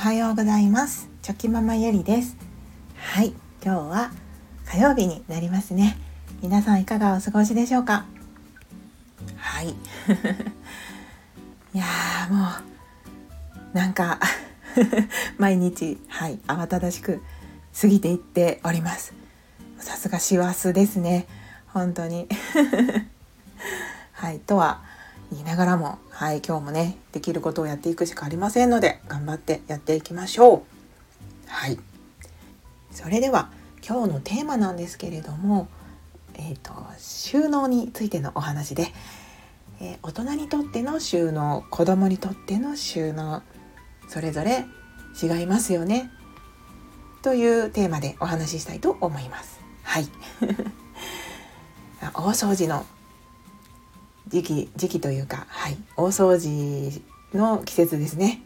はようございます。チョキママゆりです。はい、今日は火曜日になりますね。皆さんいかがお過ごしでしょうか？はいいやもうなんか毎日慌ただしく過ぎていっております。さすが師走ですね、本当にとは言いながらも、今日もねできることをやっていくしかありませんので、頑張ってやっていきましょう。それでは今日のテーマなんですけれども、収納についてのお話で、大人にとっての収納、子供にとっての収納、それぞれ違いますよねというテーマでお話ししたいと思います。大掃除の時期というか、大掃除の季節ですね。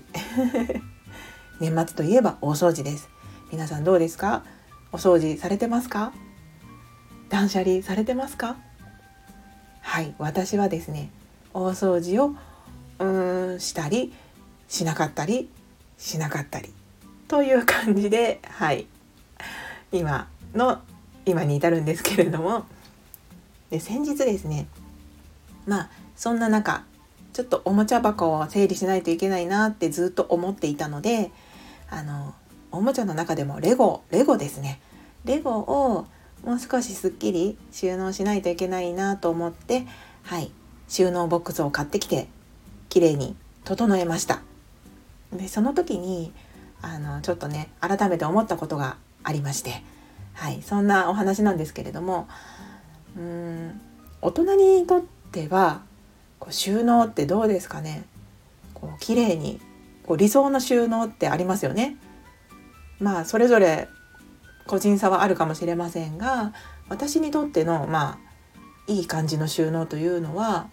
年末といえば大掃除です。皆さんどうですか？お掃除されてますか？断捨離されてますか？私はですね、大掃除をしたりしなかったりという感じで、今に至るんですけれども、で先日ですね、そんな中ちょっとおもちゃ箱を整理しないといけないなってずっと思っていたので、おもちゃの中でもレゴですね。レゴをもう少しすっきり収納しないといけないなと思って、収納ボックスを買ってきてきれいに整えました。でその時にちょっとね改めて思ったことがありまして、そんなお話なんですけれども、大人にとっては収納ってどうですかね。きれいに理想の収納ってありますよね。それぞれ個人差はあるかもしれませんが、私にとってのいい感じの収納というのは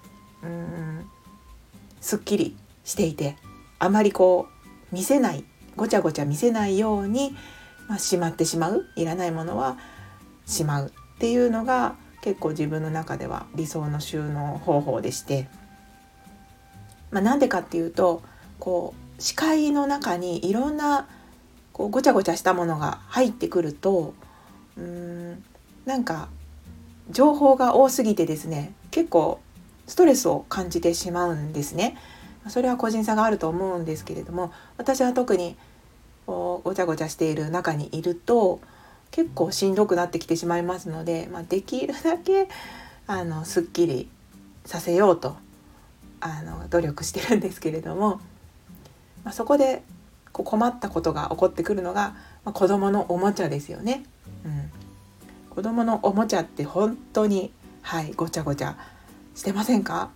すっきりしていて、あまり見せない、ごちゃごちゃ見せないように、しまってしまう、いらないものはしまうっていうのが結構自分の中では理想の収納方法でして、なんでかっていうと、視界の中にいろんなごちゃごちゃしたものが入ってくると、なんか情報が多すぎてですね、結構ストレスを感じてしまうんですね。それは個人差があると思うんですけれども、私は特にごちゃごちゃしている中にいると結構しんどくなってきてしまいますので、できるだけすっきりさせようと努力してるんですけれども、そこで困ったことが起こってくるのが、子どものおもちゃですよね。子どものおもちゃって本当にごちゃごちゃしてませんか？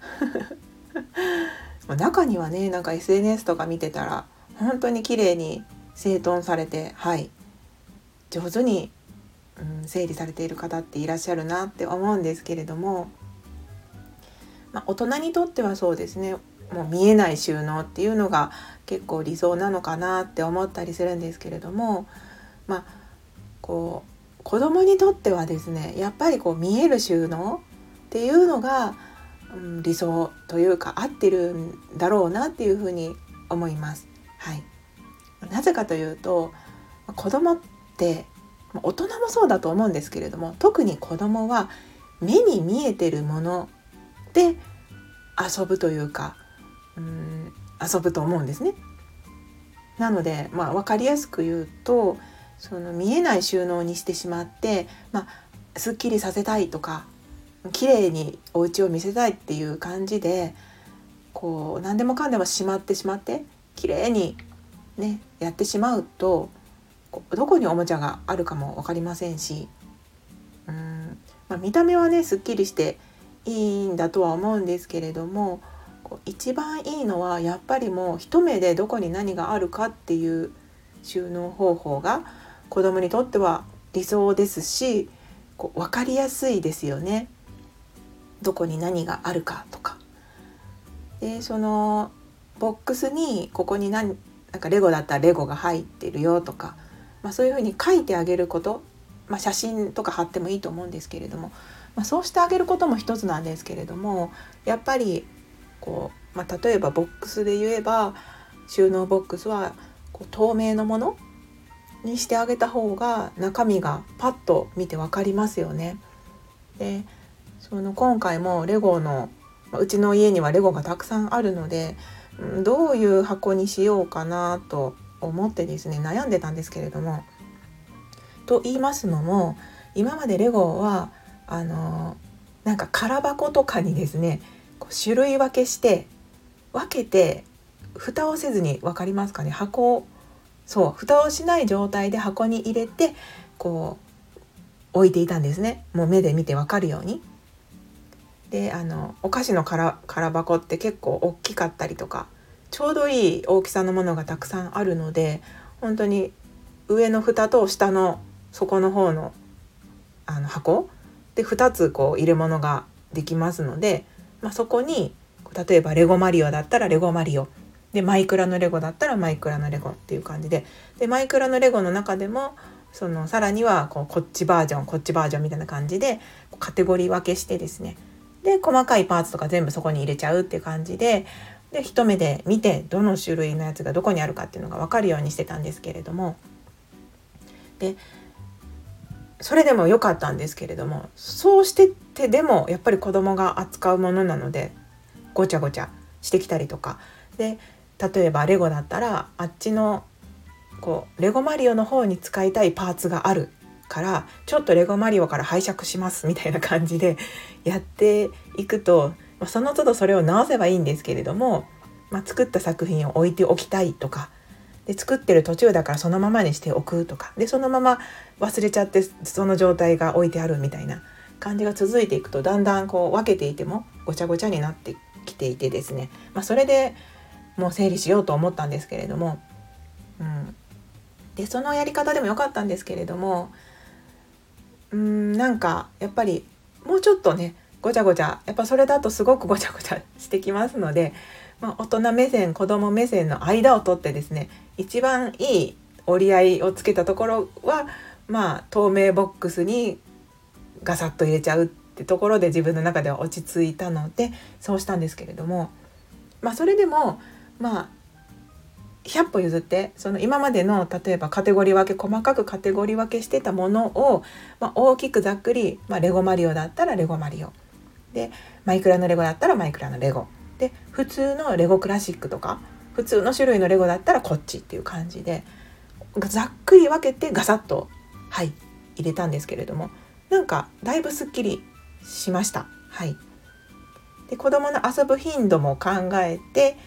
中にはね、SNS とか見てたら本当に綺麗に整頓されて、上手に、整理されている方っていらっしゃるなって思うんですけれども、大人にとってはそうですね、もう見えない収納っていうのが結構理想なのかなって思ったりするんですけれども、子供にとってはですね、やっぱり見える収納っていうのが、理想というか合ってるんだろうなっていうふうに思います。なぜかというと、子供って大人もそうだと思うんですけれども、特に子供は目に見えてるもので遊ぶというか、遊ぶと思うんですね。なので、分かりやすく言うと、その見えない収納にしてしまって、すっきりさせたいとか綺麗にお家を見せたいっていう感じで何でもかんでもしまって綺麗にねやってしまうと、どこにおもちゃがあるかも分かりませんし、見た目はねすっきりしていいんだとは思うんですけれども、一番いいのはやっぱりもう一目でどこに何があるかっていう収納方法が子供にとっては理想ですし、分かりやすいですよね。どこに何があるかとかで、そのボックスにここになんかレゴだったらレゴが入ってるよとか、そういうふうに書いてあげること、写真とか貼ってもいいと思うんですけれども、そうしてあげることも一つなんですけれども、やっぱり例えばボックスで言えば収納ボックスはこう透明のものにしてあげた方が中身がパッと見て分かりますよね。で今回もレゴのうちの家にはレゴがたくさんあるので、どういう箱にしようかなと思ってですね悩んでたんですけれども、と言いますのも今までレゴはなんか空箱とかにですねこう種類分けして分けて蓋をせずに、分かりますかね、蓋をしない状態で箱に入れてこう置いていたんですね。もう目で見て分かるように。でお菓子の空箱って結構大きかったりとかちょうどいい大きさのものがたくさんあるので、本当に上の蓋と下の底の方の箱で2つこう入れ物ができますので、そこに例えばレゴマリオだったらレゴマリオで、マイクラのレゴだったらマイクラのレゴっていう感じで、マイクラのレゴの中でもさらにはこっちバージョンこっちバージョンみたいな感じでカテゴリー分けしてですね、で細かいパーツとか全部そこに入れちゃうっていう感じで、一目で見てどの種類のやつがどこにあるかっていうのが分かるようにしてたんですけれども、でそれでも良かったんですけれども、そうしてってでもやっぱり子供が扱うものなのでごちゃごちゃしてきたりとかで、例えばレゴだったらあっちのレゴマリオの方に使いたいパーツがあるからちょっとレゴマリオから拝借しますみたいな感じでやっていくと、その都度それを直せばいいんですけれども、作った作品を置いておきたいとかで、作ってる途中だからそのままにしておくとかで、そのまま忘れちゃってその状態が置いてあるみたいな感じが続いていくと、だんだん分けていてもごちゃごちゃになってきていてですね、それでもう整理しようと思ったんですけれども、でそのやり方でもよかったんですけれども、なんかやっぱりもうちょっとねごちゃごちゃ、やっぱそれだとすごくごちゃごちゃしてきますので、大人目線子供目線の間を取ってですね、一番いい折り合いをつけたところは透明ボックスにガサッと入れちゃうってところで自分の中では落ち着いたのでそうしたんですけれども、それでも100歩譲って今までの例えばカテゴリー分け、細かくカテゴリー分けしてたものを、大きくざっくり、レゴマリオだったらレゴマリオで、マイクラのレゴだったらマイクラのレゴで、普通のレゴクラシックとか普通の種類のレゴだったらこっちっていう感じでざっくり分けてガサッと入れたんですけれども、なんかだいぶすっきりしました。で子どもの遊ぶ頻度も考えて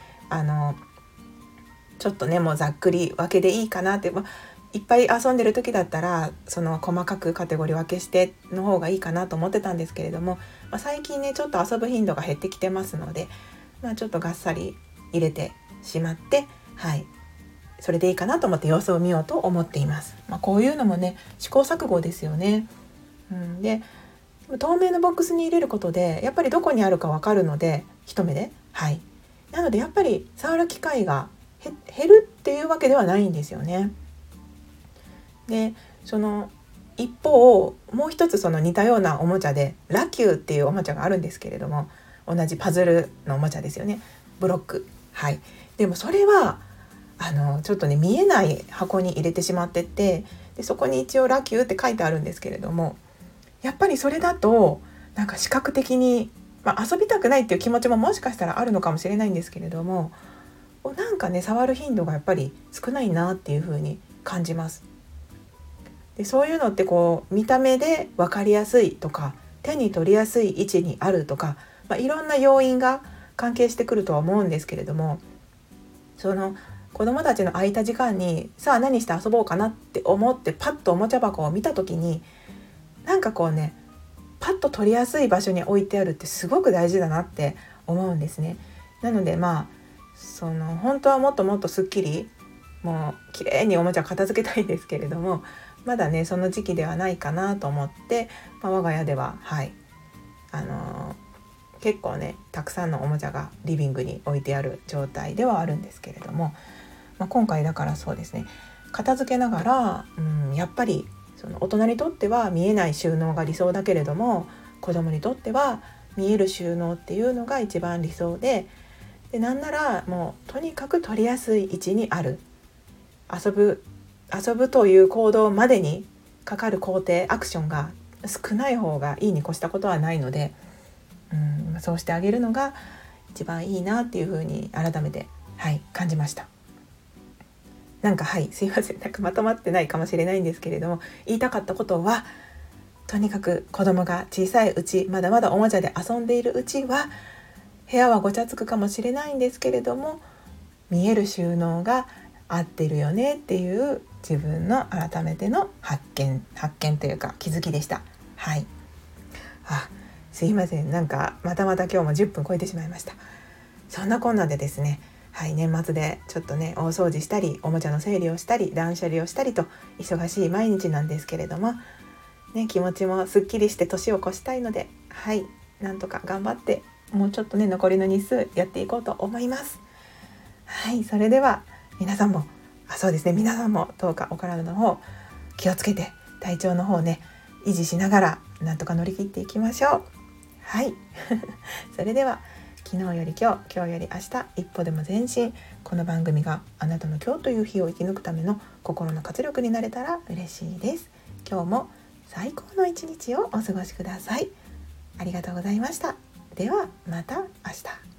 ちょっとねもうざっくり分けでいいかなって、いっぱい遊んでる時だったら細かくカテゴリー分けしての方がいいかなと思ってたんですけれども、最近ねちょっと遊ぶ頻度が減ってきてますので、ちょっとがっさり入れてしまって、それでいいかなと思って様子を見ようと思っています。こういうのもね試行錯誤ですよね。で透明のボックスに入れることでやっぱりどこにあるか分かるので一目で、なのでやっぱり触る機会が減るっていうわけではないんですよね。で一方もう一つ似たようなおもちゃでラキューっていうおもちゃがあるんですけれども、同じパズルのおもちゃですよね、ブロック。でもそれはちょっとね見えない箱に入れてしまってて、でそこに一応ラキューって書いてあるんですけれども、やっぱりそれだとなんか視覚的に、遊びたくないっていう気持ちももしかしたらあるのかもしれないんですけれども、なんかね触る頻度がやっぱり少ないなっていう風に感じます。でそういうのって見た目で分かりやすいとか手に取りやすい位置にあるとか、いろんな要因が関係してくるとは思うんですけれども、子どもたちの空いた時間にさあ何して遊ぼうかなって思ってパッとおもちゃ箱を見た時になんかパッと取りやすい場所に置いてあるってすごく大事だなって思うんですね。なので本当はもっともっとすっきりもう綺麗におもちゃ片付けたいんですけれども、まだねその時期ではないかなと思って、我が家では結構ねたくさんのおもちゃがリビングに置いてある状態ではあるんですけれども、今回だからそうですね片付けながら、やっぱり大人にとっては見えない収納が理想だけれども子供にとっては見える収納っていうのが一番理想で、 でなんならもうとにかく取りやすい位置にある。遊ぶという行動までにかかる工程アクションが少ない方がいいに越したことはないので、そうしてあげるのが一番いいなっていうふうに改めて、感じました。すいません、まとまってないかもしれないんですけれども、言いたかったことは、とにかく子供が小さいうち、まだまだおもちゃで遊んでいるうちは部屋はごちゃつくかもしれないんですけれども、見える収納が合ってるよねっていう自分の改めての発見というか気づきでした。すいません、また今日も10分超えてしまいました。そんなこんなでですね、年末でちょっとね、大掃除したりおもちゃの整理をしたり断捨離をしたりと忙しい毎日なんですけれども、気持ちもすっきりして年を越したいので、なんとか頑張ってもうちょっとね、残りの日数やっていこうと思います。それでは皆さんもどうかお体の方気をつけて、体調の方ね維持しながらなんとか乗り切っていきましょう。それでは、昨日より今日、今日より明日、一歩でも前進。この番組があなたの今日という日を生き抜くための心の活力になれたら嬉しいです。今日も最高の一日をお過ごしください。ありがとうございました。ではまた明日。